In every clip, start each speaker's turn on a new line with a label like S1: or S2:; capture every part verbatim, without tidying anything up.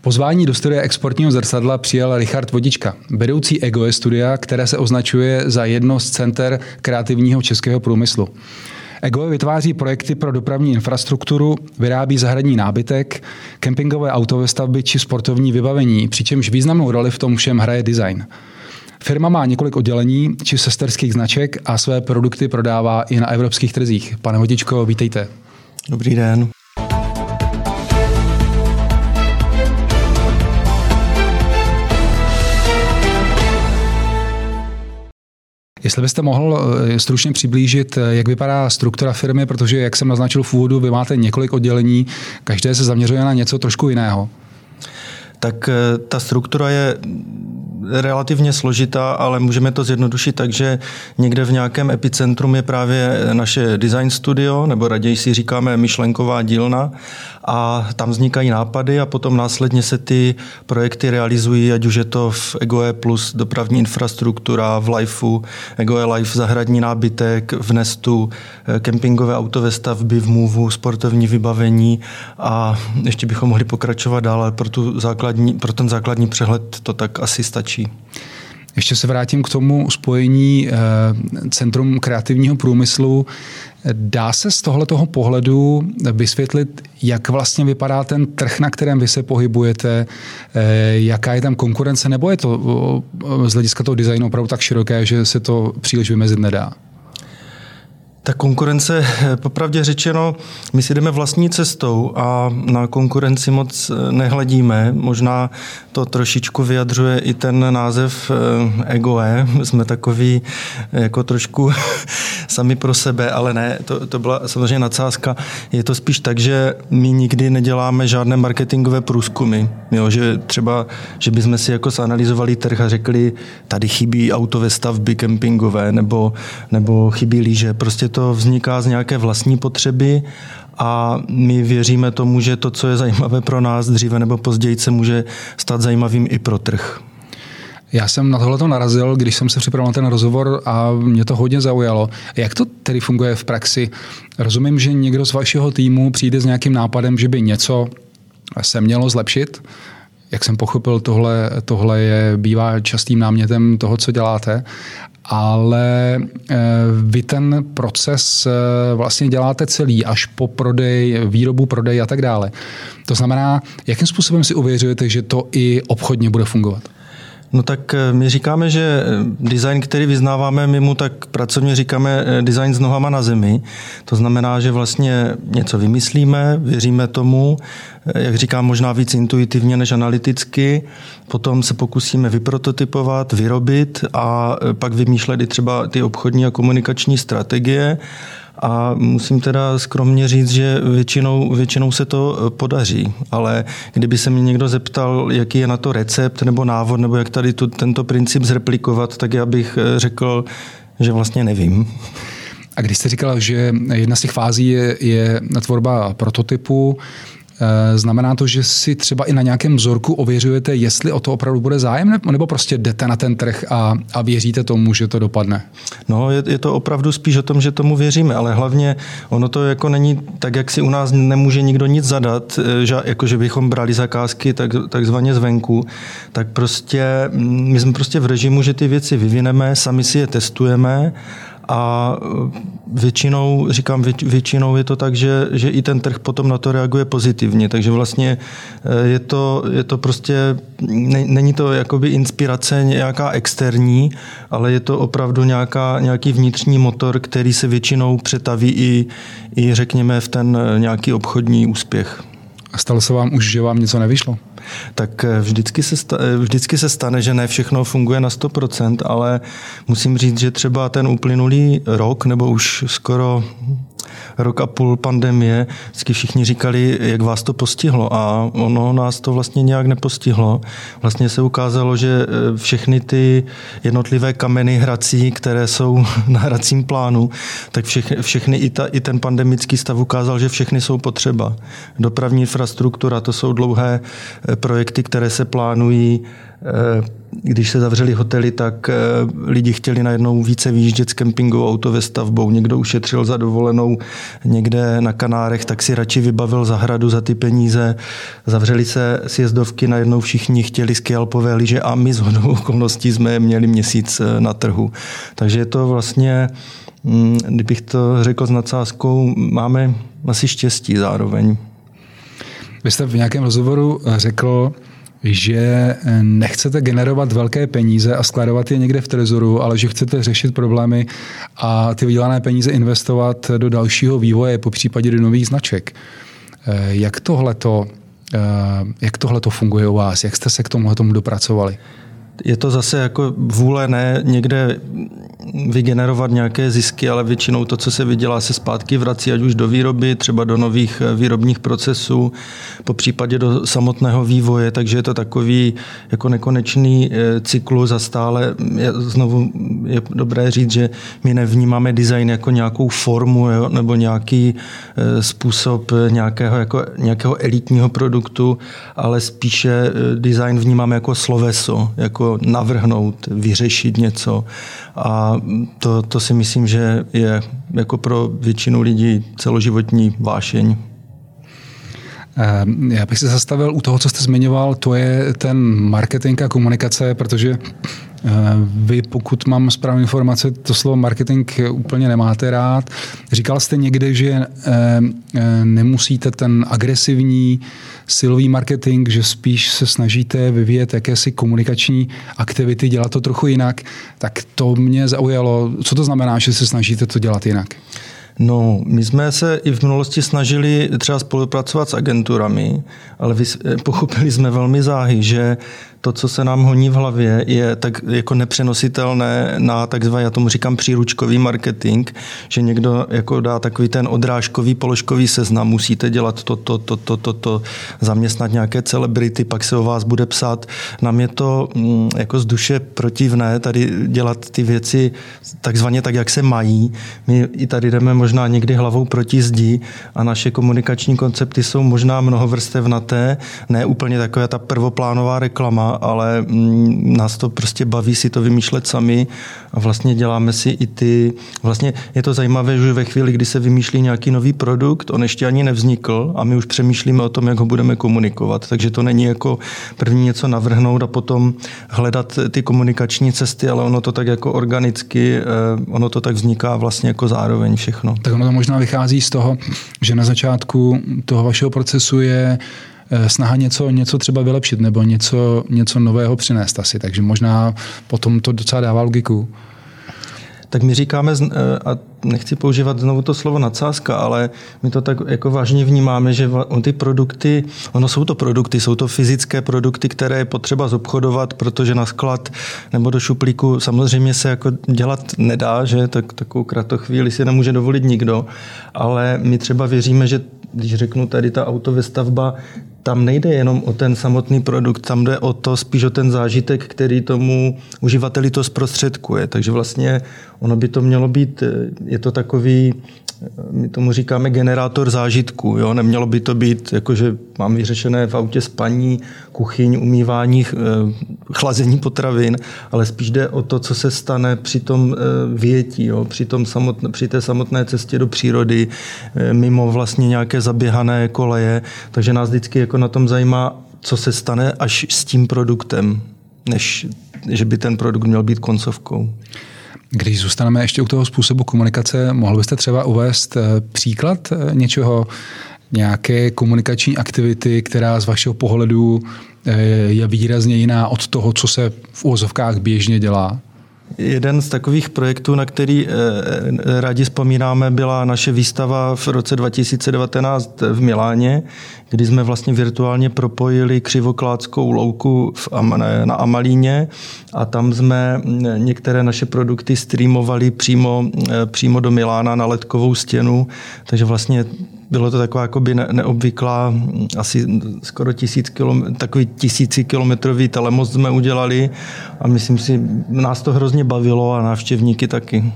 S1: Pozvání do studia Exportního zrcadla přijal Richard Vodička, vedoucí Egoe studia, které se označuje za jedno z center kreativního českého průmyslu. Egoe vytváří projekty pro dopravní infrastrukturu, vyrábí zahradní nábytek, kempingové autovestavby či sportovní vybavení, přičemž významnou roli v tom všem hraje design. Firma má několik oddělení či sesterských značek a své produkty prodává i na evropských trzích. Pane Vodičko, vítejte.
S2: Dobrý den.
S1: Jestli byste mohl stručně přiblížit, jak vypadá struktura firmy, protože, jak jsem naznačil v úvodu, vy máte několik oddělení, každé se zaměřuje na něco trošku jiného.
S2: Tak ta struktura je relativně složitá, ale můžeme to zjednodušit tak, že někde v nějakém epicentrum je právě naše design studio, nebo raději si říkáme myšlenková dílna, a tam vznikají nápady a potom následně se ty projekty realizují, ať už je to v Egoe Plus dopravní infrastruktura, v Lifeu, Egoe Life zahradní nábytek, v Nestu, kempingové autovestavby, v Moveu, sportovní vybavení a ještě bychom mohli pokračovat dál, ale pro, tu základní, pro ten základní přehled to tak asi stačí.
S1: Ještě se vrátím k tomu spojení Centrum kreativního průmyslu. Dá se z tohletoho pohledu vysvětlit, jak vlastně vypadá ten trh, na kterém vy se pohybujete, jaká je tam konkurence, nebo je to z hlediska toho designu opravdu tak široké, že se to příliš vymezit nedá?
S2: Ta konkurence, popravdě řečeno, my si jdeme vlastní cestou a na konkurenci moc nehledíme. Možná to trošičku vyjadřuje i ten název Egoe. Jsme takový jako trošku sami pro sebe, ale ne, to, to byla samozřejmě nadsázka. Je to spíš tak, že my nikdy neděláme žádné marketingové průzkumy. Jo, že třeba, že bychom si jako zanalyzovali trh a řekli, tady chybí autovestavby kempingové nebo, nebo chybí lyže. Prostě to vzniká z nějaké vlastní potřeby a my věříme tomu, že to, co je zajímavé pro nás, dříve nebo později se může stát zajímavým i pro trh.
S1: Já jsem na tohleto narazil, když jsem se připravil na ten rozhovor a mě to hodně zaujalo. Jak to tedy funguje v praxi? Rozumím, že někdo z vašeho týmu přijde s nějakým nápadem, že by něco se mělo zlepšit. Jak jsem pochopil, tohle, tohle je, bývá častým námětem toho, co děláte. Ale vy ten proces vlastně děláte celý, až po prodej, výrobu, prodej a tak dále. To znamená, jakým způsobem si uvěřujete, že to i obchodně bude fungovat?
S2: No tak my říkáme, že design, který vyznáváme, my mu tak pracovně říkáme design s nohama na zemi. To znamená, že vlastně něco vymyslíme, věříme tomu, jak říkám, možná víc intuitivně než analyticky, potom se pokusíme vyprototypovat, vyrobit a pak vymýšlet i třeba ty obchodní a komunikační strategie. A musím teda skromně říct, že většinou, většinou se to podaří, ale kdyby se mě někdo zeptal, jaký je na to recept nebo návod, nebo jak tady tu, tento princip zreplikovat, tak já bych řekl, že vlastně nevím.
S1: A když jste říkal, že jedna z těch fází je, je tvorba prototypu, znamená to, že si třeba i na nějakém vzorku ověřujete, jestli o to opravdu bude zájem, nebo prostě jdete na ten trh a, a věříte tomu, že to dopadne?
S2: No, je, je to opravdu spíš o tom, že tomu věříme, ale hlavně ono to jako není tak, jak si u nás nemůže nikdo nic zadat, že, jako že bychom brali zakázky tak, takzvaně zvenku, tak prostě my jsme prostě v režimu, že ty věci vyvineme, sami si je testujeme a většinou, říkám, většinou je to tak, že, že i ten trh potom na to reaguje pozitivně, takže vlastně je to, je to prostě, ne, není to jakoby inspirace nějaká externí, ale je to opravdu nějaká, nějaký vnitřní motor, který se většinou přetaví i, i řekněme v ten nějaký obchodní úspěch.
S1: A stalo se vám už, že vám něco nevyšlo?
S2: Tak vždycky se, sta, vždycky se stane, že ne všechno funguje na sto procent, ale musím říct, že třeba ten uplynulý rok, nebo už skoro rok a půl pandemie, vždycky všichni říkali, jak vás to postihlo, a ono nás to vlastně nějak nepostihlo. Vlastně se ukázalo, že všechny ty jednotlivé kameny hrací, které jsou na hracím plánu, tak všechny, všechny i, ta, i ten pandemický stav ukázal, že všechny jsou potřeba. Dopravní infrastruktura, to jsou dlouhé projekty, které se plánují když se zavřely hotely, tak lidi chtěli najednou více vyjíždět s kempingovou autovestavbou. Někdo ušetřil za dovolenou někde na Kanárech, tak si radši vybavil zahradu za ty peníze. Zavřeli se sjezdovky, najednou všichni chtěli skialpové lyže a my shodou okolností jsme měli měsíc na trhu. Takže je to vlastně, kdybych to řekl s nadsázkou, máme asi štěstí zároveň.
S1: Vy jste v nějakém rozhovoru řekl, že nechcete generovat velké peníze a skladovat je někde v trezoru, ale že chcete řešit problémy a ty vydělané peníze investovat do dalšího vývoje, po případě do nových značek. Jak tohleto, jak tohleto funguje u vás? Jak jste se k tomuhletomu dopracovali?
S2: Je to zase jako vůle ne někde vygenerovat nějaké zisky, ale většinou to, co se vydělá, se zpátky vrací, ať už do výroby, třeba do nových výrobních procesů, po případě do samotného vývoje, takže je to takový jako nekonečný cyklus a stále je, znovu je dobré říct, že my nevnímáme design jako nějakou formu, jo, nebo nějaký způsob nějakého, jako, nějakého elitního produktu, ale spíše design vnímáme jako sloveso, jako navrhnout, vyřešit něco. A to, to si myslím, že je jako pro většinu lidí celoživotní vášeň.
S1: Já bych se zastavil u toho, co jste zmiňoval, to je ten marketing a komunikace, protože vy, pokud mám správné informace, to slovo marketing úplně nemáte rád. Říkal jste někde, že nemusíte ten agresivní silový marketing, že spíš se snažíte vyvíjet jakési komunikační aktivity, dělat to trochu jinak. Tak to mě zaujalo. Co to znamená, že se snažíte to dělat jinak?
S2: No, my jsme se i v minulosti snažili třeba spolupracovat s agenturami, ale pochopili jsme velmi záhy, že to, co se nám honí v hlavě, je tak jako nepřenositelné na takzvaný, já tomu říkám příručkový marketing, že někdo jako dá takový ten odrážkový, položkový seznam, musíte dělat to, to, to, to, to, to, zaměstnat nějaké celebrity, pak se o vás bude psát. Nám je to jako z duše protivné, tady dělat ty věci takzvaně tak, jak se mají. My i tady jdeme možná někdy hlavou proti zdi a naše komunikační koncepty jsou možná mnohovrstevnaté, ne úplně taková ta prvoplánová reklama, ale nás to prostě baví si to vymýšlet sami a vlastně děláme si i ty, vlastně je to zajímavé, že ve chvíli, kdy se vymýšlí nějaký nový produkt, on ještě ani nevznikl a my už přemýšlíme o tom, jak ho budeme komunikovat, takže to není jako první něco navrhnout a potom hledat ty komunikační cesty, ale ono to tak jako organicky, ono to tak vzniká vlastně jako zároveň všechno.
S1: Tak ono to možná vychází z toho, že na začátku toho vašeho procesu je snaha něco, něco třeba vylepšit nebo něco, něco nového přinést asi, takže možná potom to docela dává logiku.
S2: Tak my říkáme, a nechci používat znovu to slovo nadsázka, ale my to tak jako vážně vnímáme, že on ty produkty, ono jsou to produkty, jsou to fyzické produkty, které je potřeba zobchodovat, protože na sklad nebo do šuplíku samozřejmě se jako dělat nedá, že tak, takovou kratochvíli si nemůže dovolit nikdo, ale my třeba věříme, že když řeknu tady ta autovestavba, tam nejde jenom o ten samotný produkt, tam jde o to, spíš o ten zážitek, který tomu uživateli to zprostředkuje. Takže vlastně ono by to mělo být, je to takový, my tomu říkáme generátor zážitku. Jo? Nemělo by to být, jakože mám vyřešené v autě spaní, kuchyň, umývání, chlazení potravin, ale spíš jde o to, co se stane při tom vyjetí, jo? Při, tom samotné, při té samotné cestě do přírody, mimo vlastně nějaké zaběhané koleje. Takže nás vždycky jako na tom zajímá, co se stane až s tím produktem, než že by ten produkt měl být koncovkou.
S1: Když zůstaneme ještě u toho způsobu komunikace, mohl byste třeba uvést příklad něčeho, nějaké komunikační aktivity, která z vašeho pohledu je výrazně jiná od toho, co se v uvozovkách běžně dělá?
S2: Jeden z takových projektů, na který rádi vzpomínáme, byla naše výstava v roce dva tisíce devatenáct v Miláně, kdy jsme vlastně virtuálně propojili křivokládskou louku na Amalíně a tam jsme některé naše produkty streamovali přímo, přímo do Milána na ledkovou stěnu, takže vlastně bylo to taková jakoby neobvyklá, asi skoro tisíc kilom, takový tisícikilometrový telemost jsme udělali a myslím si, nás to hrozně bavilo a návštěvníky taky.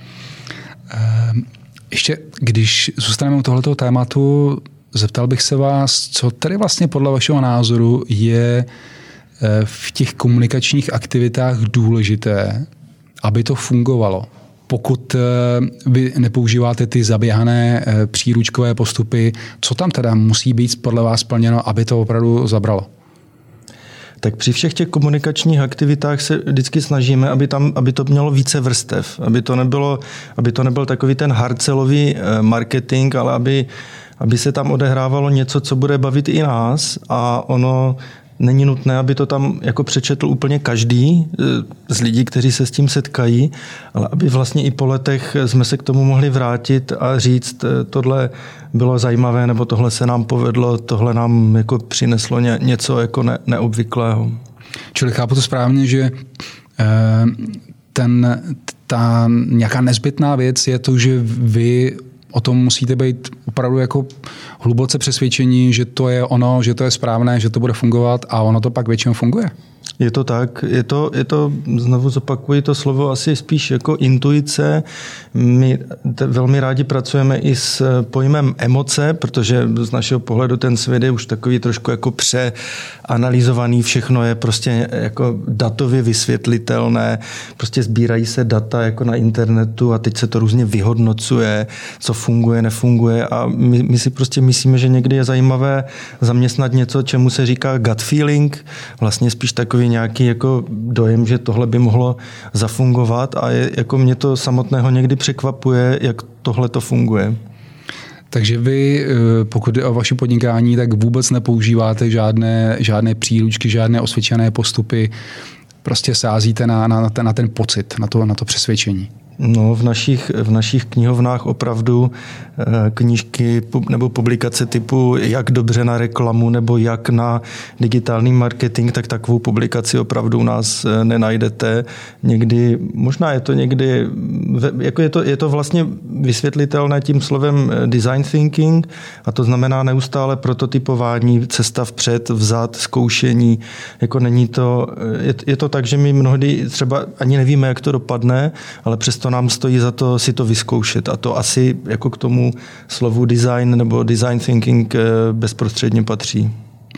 S1: Ještě, když zůstaneme u tohletoho tématu, zeptal bych se vás, co tedy vlastně podle vašeho názoru je v těch komunikačních aktivitách důležité, aby to fungovalo? Pokud vy nepoužíváte ty zaběhané příručkové postupy, co tam teda musí být podle vás splněno, aby to opravdu zabralo?
S2: Tak při všech těch komunikačních aktivitách se vždycky snažíme, aby tam, aby to mělo více vrstev, aby to nebylo, aby to nebyl takový ten hardcellový marketing, ale aby, aby se tam odehrávalo něco, co bude bavit i nás, a ono není nutné, aby to tam jako přečetl úplně každý z lidí, kteří se s tím setkají, ale aby vlastně i po letech jsme se k tomu mohli vrátit a říct, tohle bylo zajímavé, nebo tohle se nám povedlo, tohle nám jako přineslo ně, něco jako ne, neobvyklého.
S1: Čili chápu to správně, že ten, ta nějaká nezbytná věc je to, že vy o tom musíte být opravdu jako hluboce přesvědčení, že to je ono, že to je správné, že to bude fungovat, a ono to pak většinou funguje.
S2: Je to tak, je to, je to, znovu zopakuji to slovo, asi spíš jako intuice. My velmi rádi pracujeme i s pojmem emoce, protože z našeho pohledu ten svět je už takový trošku jako přeanalyzovaný, všechno je prostě jako datově vysvětlitelné, prostě sbírají se data jako na internetu a teď se to různě vyhodnocuje, co funguje, nefunguje, a my, my si prostě myslíme, že někdy je zajímavé zaměstnat něco, čemu se říká gut feeling, vlastně spíš takový nějaký jako dojem, že tohle by mohlo zafungovat, a je, jako mě to samotného někdy překvapuje, jak tohle to funguje.
S1: Takže vy, pokud jde o vaše podnikání, tak vůbec nepoužíváte žádné, žádné příručky, žádné osvědčené postupy, prostě sázíte na, na, na ten pocit, na to, na to přesvědčení.
S2: No, v našich, v našich knihovnách opravdu knížky nebo publikace typu jak dobře na reklamu nebo jak na digitální marketing, tak takovou publikaci opravdu u nás nenajdete. Někdy, možná je to někdy, jako je to, je to vlastně vysvětlitelné tím slovem design thinking, a to znamená neustále prototypování, cesta vpřed, vzad, zkoušení. Jako není to, je, je to tak, že my mnohdy třeba ani nevíme, jak to dopadne, ale přesto to nám stojí za to si to vyzkoušet, a to asi jako k tomu slovu design nebo design thinking bezprostředně patří.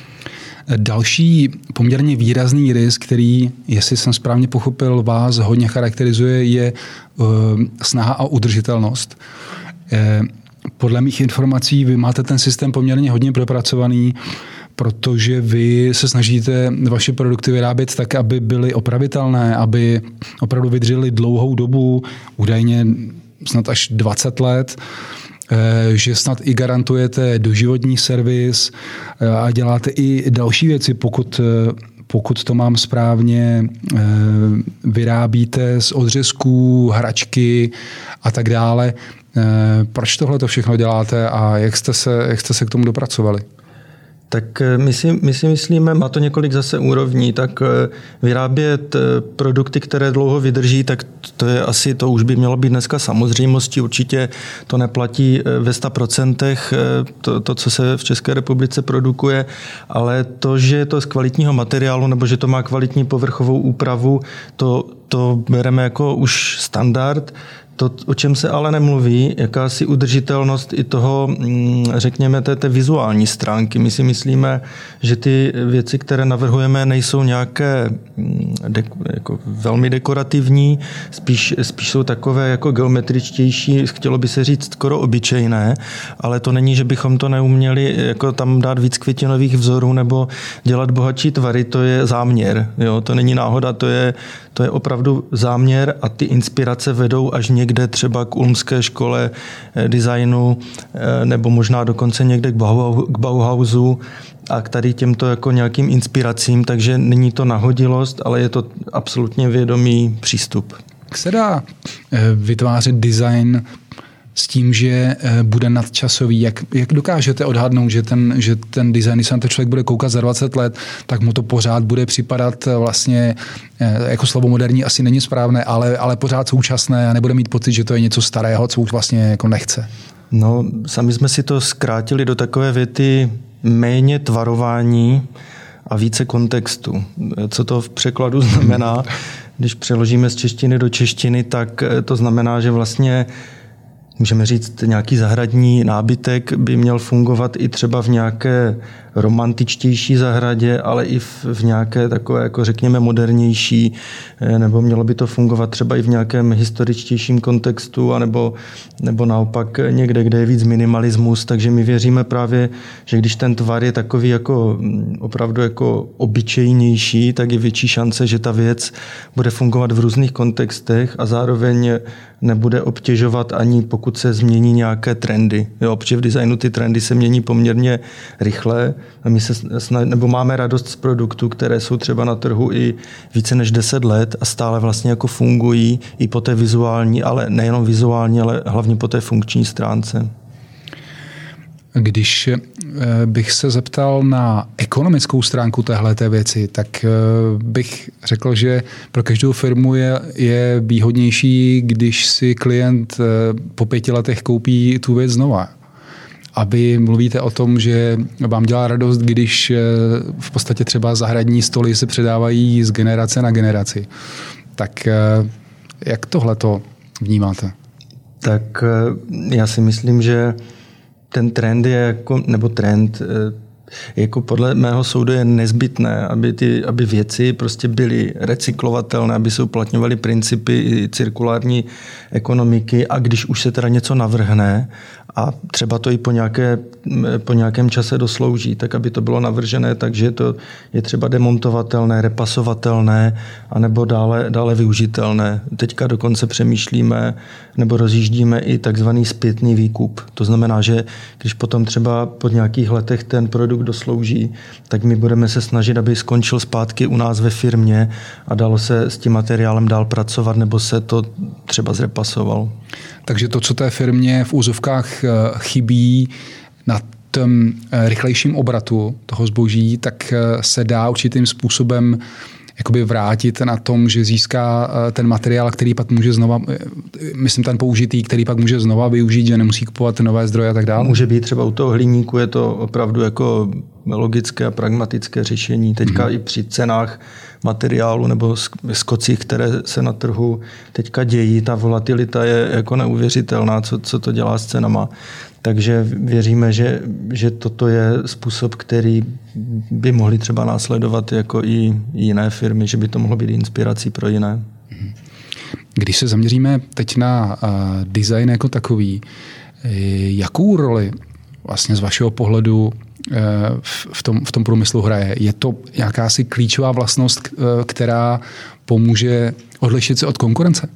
S1: Další poměrně výrazný rys, který, jestli jsem správně pochopil, vás hodně charakterizuje, je uh, snaha o udržitelnost. Uh, podle mých informací vy máte ten systém poměrně hodně propracovaný, protože vy se snažíte vaše produkty vyrábět tak, aby byly opravitelné, aby opravdu vydržely dlouhou dobu, údajně snad až dvacet let, že snad i garantujete doživotní servis a děláte i další věci, pokud, pokud to mám správně, vyrábíte z odřezků, hračky a tak dále. Proč tohle to všechno děláte a jak jste se, jak jste se k tomu dopracovali?
S2: Tak my si, my si myslíme, má to několik zase úrovní, tak vyrábět produkty, které dlouho vydrží, tak to je asi, to už by mělo být dneska samozřejmostí. Určitě to neplatí ve sto procent to, to, co se v České republice produkuje, ale to, že je to z kvalitního materiálu nebo že to má kvalitní povrchovou úpravu, to, to bereme jako už standard. To, o čem se ale nemluví, jakási udržitelnost i toho, řekněme, té, té vizuální stránky. My si myslíme, že ty věci, které navrhujeme, nejsou nějaké de, jako velmi dekorativní, spíš, spíš jsou takové jako geometričtější, chtělo by se říct skoro obyčejné, ale to není, že bychom to neuměli jako tam dát víc květinových vzorů nebo dělat bohatší tvary, to je záměr. Jo? To není náhoda, to je, to je opravdu záměr a ty inspirace vedou až někde třeba k ulmské škole designu nebo možná dokonce někde k Bauhausu a k tady těmto jako nějakým inspiracím, takže není to nahodilost, ale je to absolutně vědomý přístup.
S1: Jak se dá vytvářet design s tím, že bude nadčasový? Jak, jak dokážete odhadnout, že ten, že ten design, když se na to člověk bude koukat za dvacet let, tak mu to pořád bude připadat vlastně, jako slovo moderní asi není správné, ale, ale pořád současné a nebude mít pocit, že to je něco starého, co už vlastně jako nechce?
S2: No, sami jsme si to zkrátili do takové věty méně tvarování a více kontextu. Co to v překladu znamená? Když přeložíme z češtiny do češtiny, tak to znamená, že vlastně můžeme říct, nějaký zahradní nábytek by měl fungovat i třeba v nějaké romantičtější zahradě, ale i v, v nějaké takové, jako řekněme, modernější, nebo mělo by to fungovat třeba i v nějakém historičtějším kontextu, anebo, nebo naopak někde, kde je víc minimalismus. Takže my věříme právě, že když ten tvar je takový jako opravdu jako obyčejnější, tak je větší šance, že ta věc bude fungovat v různých kontextech a zároveň nebude obtěžovat ani pokud se změní nějaké trendy. Jo, protože v designu ty trendy se mění poměrně rychle a my se snaž, nebo máme radost z produktů, které jsou třeba na trhu i více než deset let a stále vlastně jako fungují i po té vizuální, ale nejenom vizuální, ale hlavně po té funkční stránce.
S1: Když bych se zeptal na ekonomickou stránku téhleté věci, tak bych řekl, že pro každou firmu je, je výhodnější, když si klient po pěti letech koupí tu věc znova. A vy mluvíte o tom, že vám dělá radost, když v podstatě třeba zahradní stoly se předávají z generace na generaci. Tak jak tohleto vnímáte?
S2: Tak já si myslím, že ten trend je jako, nebo trend, jako podle mého soudu je nezbytné, aby ty aby věci prostě byly recyklovatelné, aby se uplatňovaly principy cirkulární ekonomiky a když už se teda něco navrhne a třeba to i po, nějaké, po nějakém čase doslouží, tak aby to bylo navržené, takže to je třeba demontovatelné, repasovatelné anebo dále, dále využitelné. Teďka dokonce přemýšlíme nebo rozjíždíme i takzvaný zpětný výkup. To znamená, že když potom třeba po nějakých letech ten produkt doslouží, tak my budeme se snažit, aby skončil zpátky u nás ve firmě a dalo se s tím materiálem dál pracovat nebo se to třeba zrepasovalo.
S1: Takže to, co té firmě v úzovkách chybí na tom rychlejším obratu toho zboží, tak se dá určitým způsobem jakoby vrátit na tom, že získá ten materiál, který pak může znova, myslím ten použitý, který pak může znova využít, že nemusí kupovat nové zdroje a tak dále.
S2: Může být třeba u toho hliníku, je to opravdu jako logické a pragmatické řešení. Teďka mm-hmm. i při cenách materiálu nebo skocích, které se na trhu teďka dějí, ta volatilita je jako neuvěřitelná, co, co to dělá s cenama. Takže věříme, že, že toto je způsob, který by mohli třeba následovat jako i jiné firmy, že by to mohlo být inspirací pro jiné.
S1: Když se zaměříme teď na uh, design jako takový, jakou roli vlastně z vašeho pohledu uh, v, tom, v tom průmyslu hraje? Je to jakási klíčová vlastnost, uh, která pomůže odlišit se od konkurence?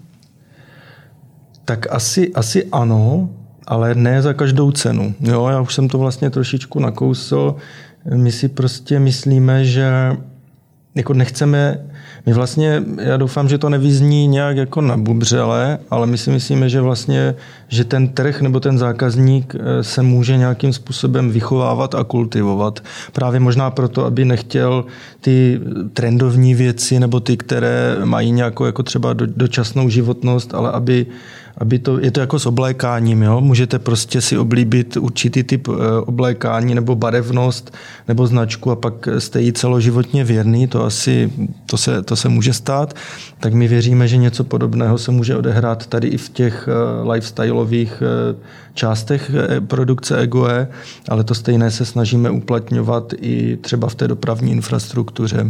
S2: Tak asi, asi ano, ale ne za každou cenu. Jo, já už jsem to vlastně trošičku nakousl. My si prostě myslíme, že jako nechceme, my vlastně, já doufám, že to nevyzní nějak jako nabubřele, ale my si myslíme, že vlastně, že ten trh nebo ten zákazník se může nějakým způsobem vychovávat a kultivovat. Právě možná proto, aby nechtěl ty trendovní věci nebo ty, které mají nějakou jako třeba dočasnou životnost, ale aby Aby to, je to jako s oblékáním. Jo? Můžete prostě si oblíbit určitý typ oblékání nebo barevnost nebo značku a pak jste jí celoživotně věrný. To asi to se, to se může stát. Tak my věříme, že něco podobného se může odehrát tady i v těch lifestyleových částech produkce EGOE, ale to stejné se snažíme uplatňovat i třeba v té dopravní infrastruktuře.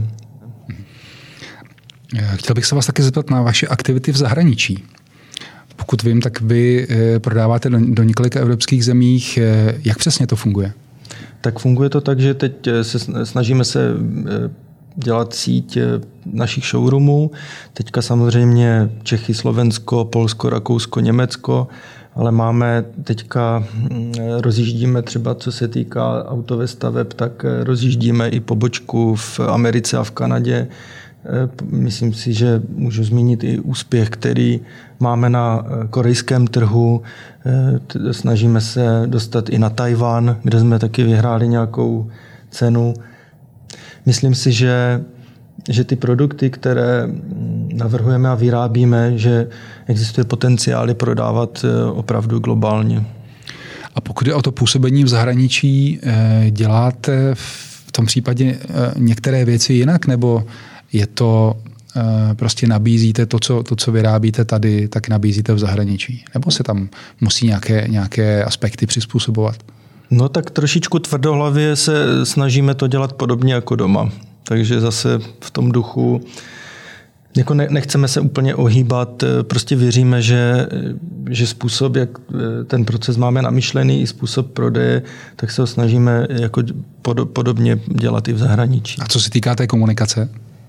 S1: Chtěl bych se vás taky zeptat na vaše aktivity v zahraničí. Pokud vím, tak vy prodáváte do, do několika evropských zemích. Jak přesně to funguje?
S2: Tak funguje to tak, že teď se snažíme se dělat síť našich showroomů. Teďka samozřejmě Čechy, Slovensko, Polsko, Rakousko, Německo, ale máme teďka, rozjíždíme třeba, co se týká autových staveb, tak rozjíždíme i pobočku v Americe a v Kanadě. Myslím si, že můžu zmínit i úspěch, který máme na korejském trhu. Snažíme se dostat i na Tajvan, kde jsme taky vyhráli nějakou cenu. Myslím si, že, že ty produkty, které navrhujeme a vyrábíme, že existuje potenciál je prodávat opravdu globálně.
S1: A pokud je o to působení v zahraničí, děláte v tom případě některé věci jinak, nebo je to, prostě nabízíte to co, to, co vyrábíte tady, tak nabízíte v zahraničí? Nebo se tam musí nějaké, nějaké aspekty přizpůsobovat?
S2: No tak trošičku tvrdohlavě se snažíme to dělat podobně jako doma. Takže zase v tom duchu jako nechceme se úplně ohýbat, prostě věříme, že, že způsob, jak ten proces máme namyšlený, i způsob prodeje, tak se ho snažíme jako podobně dělat i v zahraničí.
S1: A co se týká té komunikace?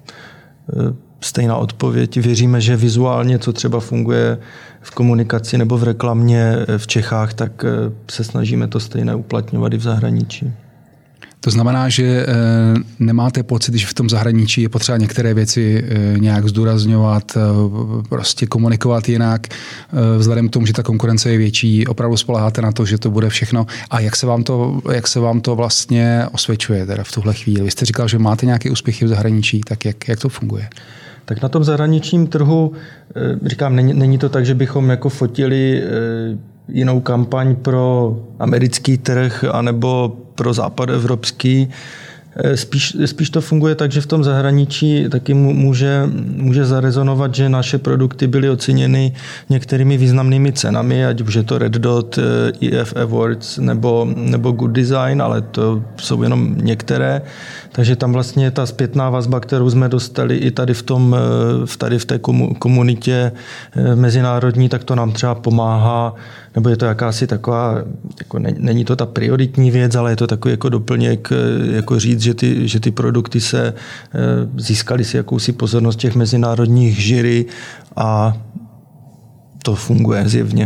S2: Stejná odpověď. Věříme, že vizuálně, co třeba funguje v komunikaci nebo v reklamě v Čechách, tak se snažíme to stejné uplatňovat i v zahraničí.
S1: To znamená, že nemáte pocit, že v tom zahraničí je potřeba některé věci nějak zdůrazňovat, prostě komunikovat jinak, vzhledem k tomu, že ta konkurence je větší, opravdu spoléháte na to, že to bude všechno. A jak se vám to, jak se vám to vlastně osvědčuje teda v tuhle chvíli? Vy jste říkal, že máte nějaké úspěchy v zahraničí, tak jak, jak to funguje?
S2: Tak na tom zahraničním trhu, říkám, není, není to tak, že bychom jako fotili jinou kampaň pro americký trh anebo pro západoevropský. Spíš, spíš to funguje tak, že v tom zahraničí taky může, může zarezonovat, že naše produkty byly oceněny některými významnými cenami, ať už je to Red Dot, E F Awards nebo, nebo Good Design, ale to jsou jenom některé. Takže tam vlastně ta zpětná vazba, kterou jsme dostali i tady v, tom, tady v té komunitě mezinárodní, tak to nám třeba pomáhá, nebo je to jakási taková, jako není to ta prioritní věc, ale je to takový jako doplněk, jako říct, že ty, že ty produkty se získaly si jakousi pozornost těch mezinárodních jury a to funguje zjevně.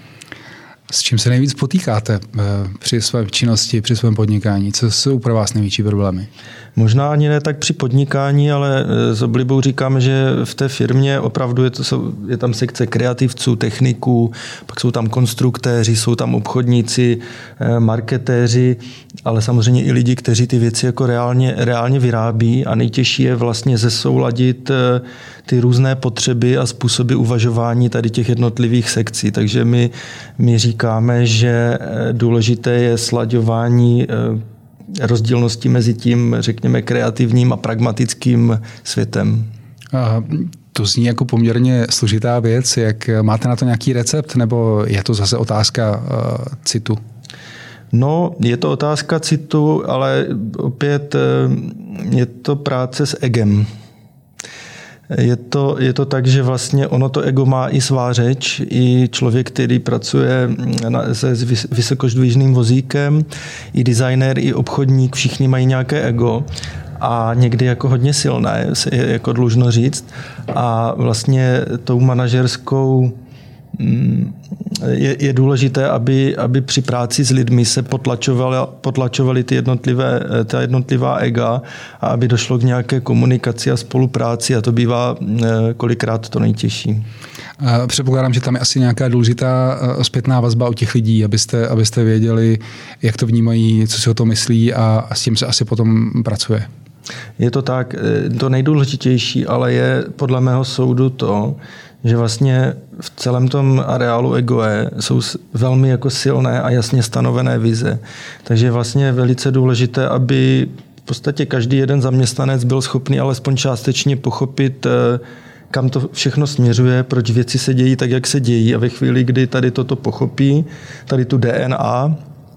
S1: S čím se nejvíc potýkáte při své činnosti, při svém podnikání? Co jsou pro vás největší problémy?
S2: Možná ani ne tak při podnikání, ale s oblibou říkáme, že v té firmě opravdu je, to, je tam sekce kreativců, techniků, pak jsou tam konstruktéři, jsou tam obchodníci, marketéři, ale samozřejmě i lidi, kteří ty věci jako reálně, reálně vyrábí a nejtěžší je vlastně zesouladit ty různé potřeby a způsoby uvažování tady těch jednotlivých sekcí. Takže my, my říkáme, že důležité je slaďování rozdílnosti mezi tím, řekněme, kreativním a pragmatickým světem.
S1: A to zní jako poměrně složitá věc. Jak máte na to nějaký recept, nebo je to zase otázka uh, citu?
S2: No, je to otázka citu, ale opět je to práce s egem. Je to, je to tak, že vlastně ono to ego má i svá řeč, i člověk, který pracuje na, se s vysokozdvižným vozíkem, i designér, i obchodník, všichni mají nějaké ego a někdy jako hodně silné, se je jako dlužno říct. A vlastně tou manažerskou Je, je důležité, aby, aby při práci s lidmi se potlačovaly ty jednotlivé, ta jednotlivá ega a aby došlo k nějaké komunikaci a spolupráci a to bývá kolikrát to nejtěžší.
S1: Předpokládám, že tam je asi nějaká důležitá zpětná vazba u těch lidí, abyste, abyste věděli, jak to vnímají, co si o to myslí a, a s tím se asi potom pracuje.
S2: Je to tak. To nejdůležitější, ale je podle mého soudu to, že vlastně v celém tom areálu egoe jsou velmi jako silné a jasně stanovené vize. Takže je vlastně velice důležité, aby v podstatě každý jeden zaměstnanec byl schopný alespoň částečně pochopit, kam to všechno směřuje, proč věci se dějí tak, jak se dějí a ve chvíli, kdy tady toto pochopí, tady tu D N A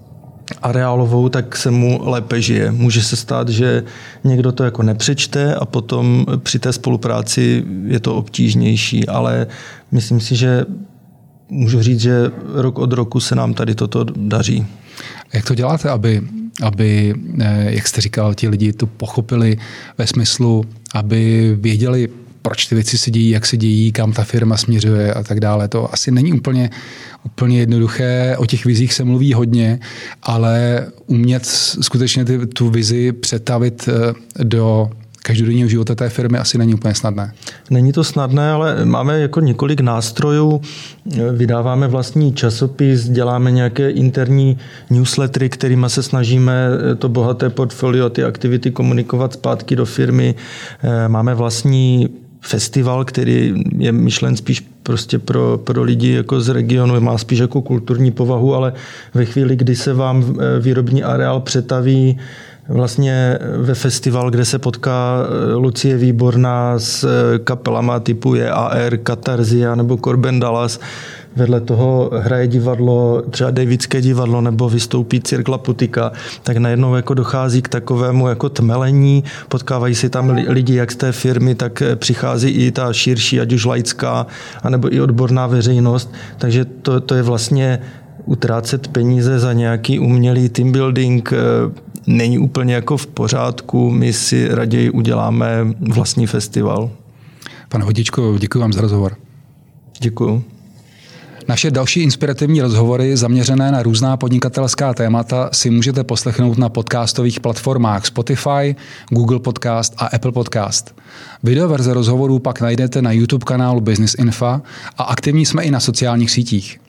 S2: areálovou, tak se mu lépe žije. Může se stát, že někdo to jako nepřečte a potom při té spolupráci je to obtížnější, ale myslím si, že můžu říct, že rok od roku se nám tady toto daří.
S1: Jak to děláte, aby, aby, jak jste říkal, ti lidi to pochopili ve smyslu, aby věděli, proč ty věci se dějí, jak se dějí, kam ta firma směřuje a tak dále. To asi není úplně, úplně jednoduché. O těch vizích se mluví hodně, ale umět skutečně ty, tu vizi přetavit do každodenního života té firmy asi není úplně snadné.
S2: Není to snadné, ale máme jako několik nástrojů. Vydáváme vlastní časopis, děláme nějaké interní newslettery, kterými se snažíme to bohaté portfolio, ty aktivity komunikovat zpátky do firmy. Máme vlastní festival, který je myšlen spíš prostě pro, pro lidi jako z regionu, má spíš jako kulturní povahu, ale ve chvíli, kdy se vám výrobní areál přetaví vlastně ve festival, kde se potká Lucie Výborná s kapelama typu J A R, Katarzia nebo Corben Dallas, vedle toho hraje divadlo, třeba Davidské divadlo nebo vystoupí Cirk Laputika, tak najednou jako dochází k takovému jako tmelení, potkávají si tam lidi jak z té firmy, tak přichází i ta širší, ať už laická, anebo i odborná veřejnost, takže to, to je vlastně utrácet peníze za nějaký umělý team building není úplně jako v pořádku, my si raději uděláme vlastní festival.
S1: Pane Hodičko, děkuji vám za rozhovor.
S2: Děkuji.
S1: Naše další inspirativní rozhovory zaměřené na různá podnikatelská témata si můžete poslechnout na podcastových platformách Spotify, Google Podcast a Apple Podcast. Videoverze rozhovorů pak najdete na YouTube kanálu Business Info a aktivní jsme i na sociálních sítích.